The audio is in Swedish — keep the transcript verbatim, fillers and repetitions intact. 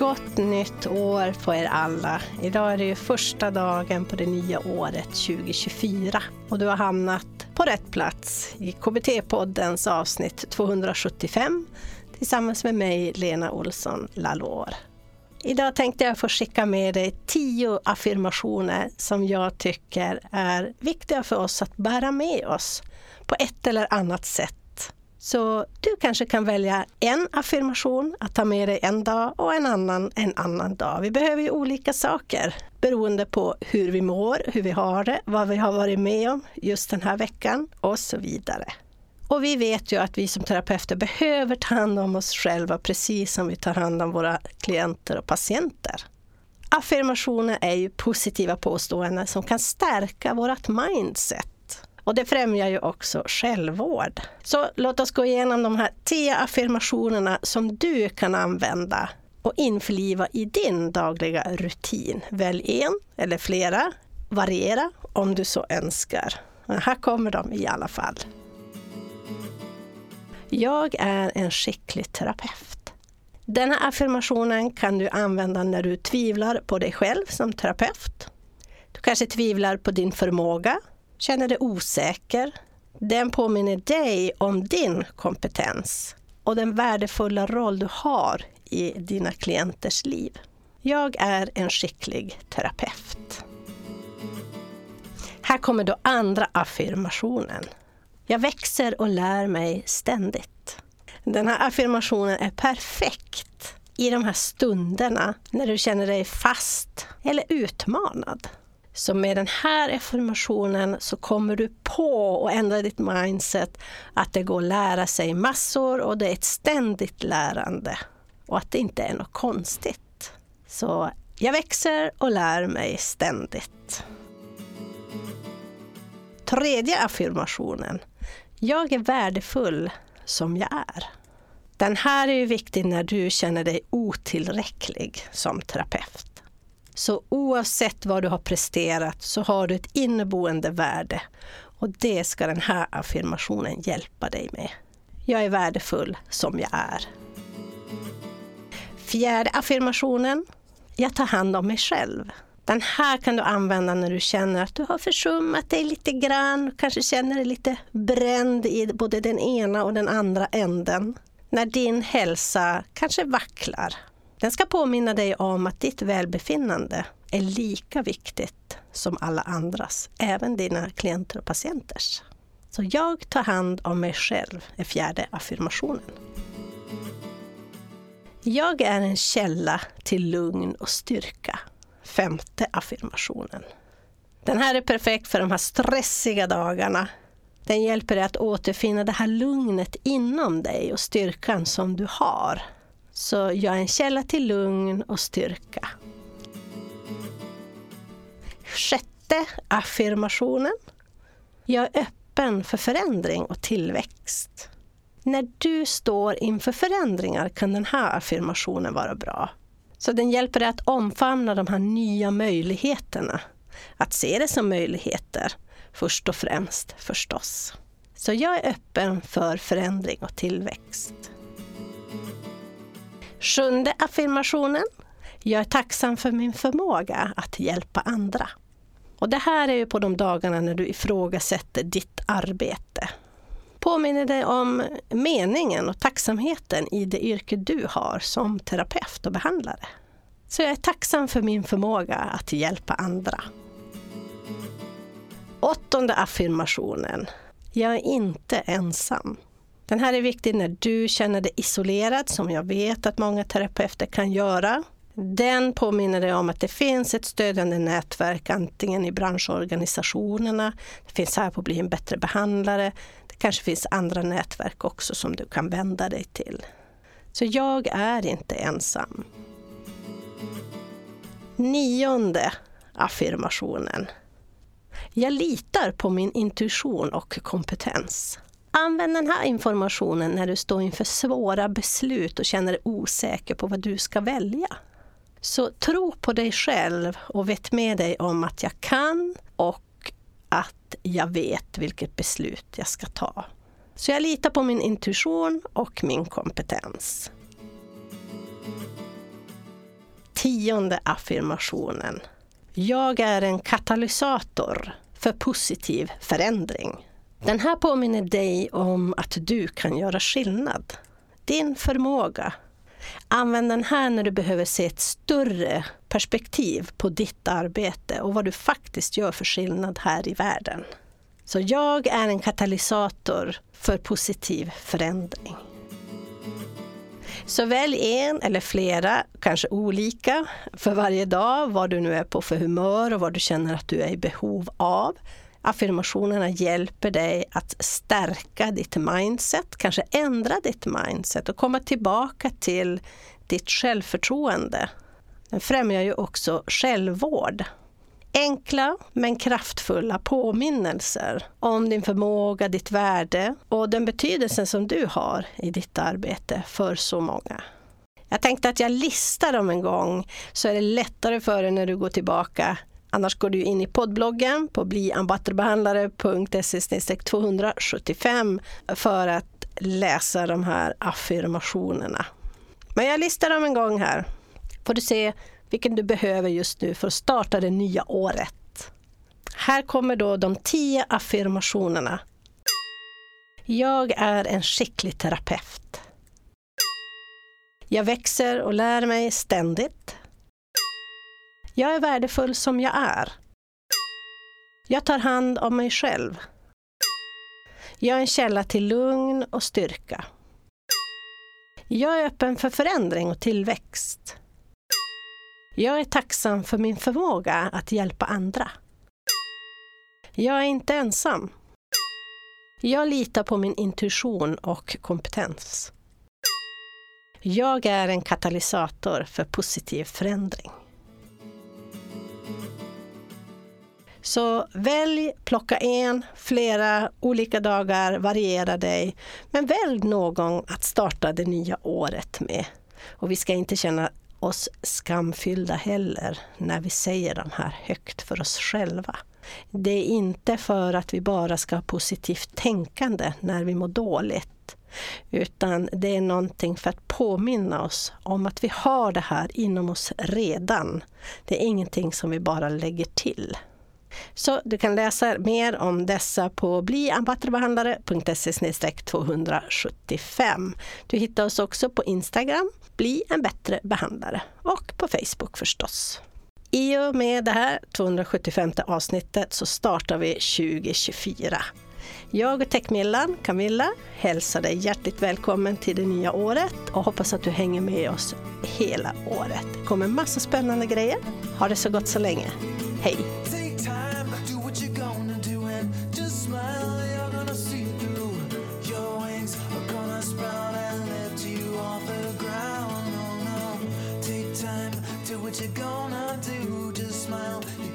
Gott nytt år på er alla. Idag är det ju första dagen på det nya året tjugo tjugofyra. Och du har hamnat på rätt plats i K B T-poddens avsnitt tvåhundrasjuttiofem tillsammans med mig, Lena Olsson Lalor. Idag tänkte jag få skicka med dig tio affirmationer som jag tycker är viktiga för oss att bära med oss på ett eller annat sätt. Så du kanske kan välja en affirmation att ta med dig en dag och en annan en annan dag. Vi behöver ju olika saker beroende på hur vi mår, hur vi har det, vad vi har varit med om just den här veckan och så vidare. Och vi vet ju att vi som terapeuter behöver ta hand om oss själva precis som vi tar hand om våra klienter och patienter. Affirmationer är ju positiva påståenden som kan stärka vårt mindset. Och det främjar ju också självvård. Så låt oss gå igenom de här tio affirmationerna som du kan använda och införliva i din dagliga rutin. Välj en eller flera, variera om du så önskar. Men här kommer de i alla fall. Jag är en skicklig terapeut. Den här affirmationen kan du använda när du tvivlar på dig själv som terapeut. Du kanske tvivlar på din förmåga. Känner dig osäker. Den påminner dig om din kompetens och den värdefulla roll du har i dina klienters liv. Jag är en skicklig terapeut. Här kommer då andra affirmationen. Jag växer och lär mig ständigt. Den här affirmationen är perfekt i de här stunderna när du känner dig fast eller utmanad. Så med den här affirmationen så kommer du på och ändra ditt mindset att det går att lära sig massor och det är ett ständigt lärande och att det inte är något konstigt. Så jag växer och lär mig ständigt. Tredje affirmationen. Jag är värdefull som jag är. Den här är ju viktig när du känner dig otillräcklig som terapeut. Så oavsett vad du har presterat så har du ett inneboende värde och det ska den här affirmationen hjälpa dig med. Jag är värdefull som jag är. Fjärde affirmationen. Jag tar hand om mig själv. Den här kan du använda när du känner att du har försummat dig lite grann. Kanske känner dig lite bränd i både den ena och den andra änden. När din hälsa kanske vacklar. Den ska påminna dig om att ditt välbefinnande är lika viktigt som alla andras, även dina klienter och patienters. Så jag tar hand om mig själv är fjärde affirmationen. Jag är en källa till lugn och styrka, femte affirmationen. Den här är perfekt för de här stressiga dagarna. Den hjälper dig att återfinna det här lugnet inom dig och styrkan som du har. Så jag är en källa till lugn och styrka. Sjätte affirmationen. Jag är öppen för förändring och tillväxt. När du står inför förändringar kan den här affirmationen vara bra. Så den hjälper dig att omfamna de här nya möjligheterna. Att se det som möjligheter, först och främst förstås. Så jag är öppen för förändring och tillväxt. Sjunde affirmationen. Jag är tacksam för min förmåga att hjälpa andra. Och det här är ju på de dagarna när du ifrågasätter ditt arbete. Påminner dig om meningen och tacksamheten i det yrke du har som terapeut och behandlare. Så jag är tacksam för min förmåga att hjälpa andra. Åttonde affirmationen. Jag är inte ensam. Den här är viktig när du känner dig isolerad, som jag vet att många terapeuter kan göra. Den påminner dig om att det finns ett stödjande nätverk, antingen i branschorganisationerna, det finns här på att bli en bättre behandlare, det kanske finns andra nätverk också som du kan vända dig till. Så jag är inte ensam. Nionde affirmationen. Jag litar på min intuition och kompetens. Använd den här informationen när du står inför svåra beslut och känner dig osäker på vad du ska välja. Så tro på dig själv och vet med dig om att jag kan och att jag vet vilket beslut jag ska ta. Så jag litar på min intuition och min kompetens. tionde affirmationen. Jag är en katalysator för positiv förändring. Den här påminner dig om att du kan göra skillnad. Din förmåga. Använd den här när du behöver se ett större perspektiv på ditt arbete och vad du faktiskt gör för skillnad här i världen. Så jag är en katalysator för positiv förändring. Så välj en eller flera, kanske olika, för varje dag, vad du nu är på för humör och vad du känner att du är i behov av. Affirmationerna hjälper dig att stärka ditt mindset, kanske ändra ditt mindset och komma tillbaka till ditt självförtroende. Den främjar ju också självvård. Enkla men kraftfulla påminnelser om din förmåga, ditt värde och den betydelsen som du har i ditt arbete för så många. Jag tänkte att jag listar dem en gång så är det lättare för dig när du går tillbaka. Annars går du in i poddbloggen på bli ambassadörbehandlare punkt se slash tvåhundrasjuttiofem för att läsa de här affirmationerna. Men jag listar dem en gång här. Får du se vilken du behöver just nu för att starta det nya året. Här kommer då de tio affirmationerna. Jag är en skicklig terapeut. Jag växer och lär mig ständigt. Jag är värdefull som jag är. Jag tar hand om mig själv. Jag är en källa till lugn och styrka. Jag är öppen för förändring och tillväxt. Jag är tacksam för min förmåga att hjälpa andra. Jag är inte ensam. Jag litar på min intuition och kompetens. Jag är en katalysator för positiv förändring. Så välj, plocka en, flera olika dagar, variera dig. Men välj någon att starta det nya året med. Och vi ska inte känna oss skamfyllda heller när vi säger de här högt för oss själva. Det är inte för att vi bara ska ha positivt tänkande när vi mår dåligt. Utan det är någonting för att påminna oss om att vi har det här inom oss redan. Det är ingenting som vi bara lägger till. Så du kan läsa mer om dessa på bli ambassadörbehandlare punkt se slash tvåhundrasjuttiofem. Du hittar oss också på Instagram, bli en bättre behandlare, och på Facebook förstås. I och med det här tvåhundrasjuttiofemte avsnittet så startar vi tjugo tjugofyra. Jag och Techmillan, Camilla, hälsar dig hjärtligt välkommen till det nya året och hoppas att du hänger med oss hela året. Det kommer en massa spännande grejer. Ha det så gott så länge. Hej! What you gonna do? Just smile.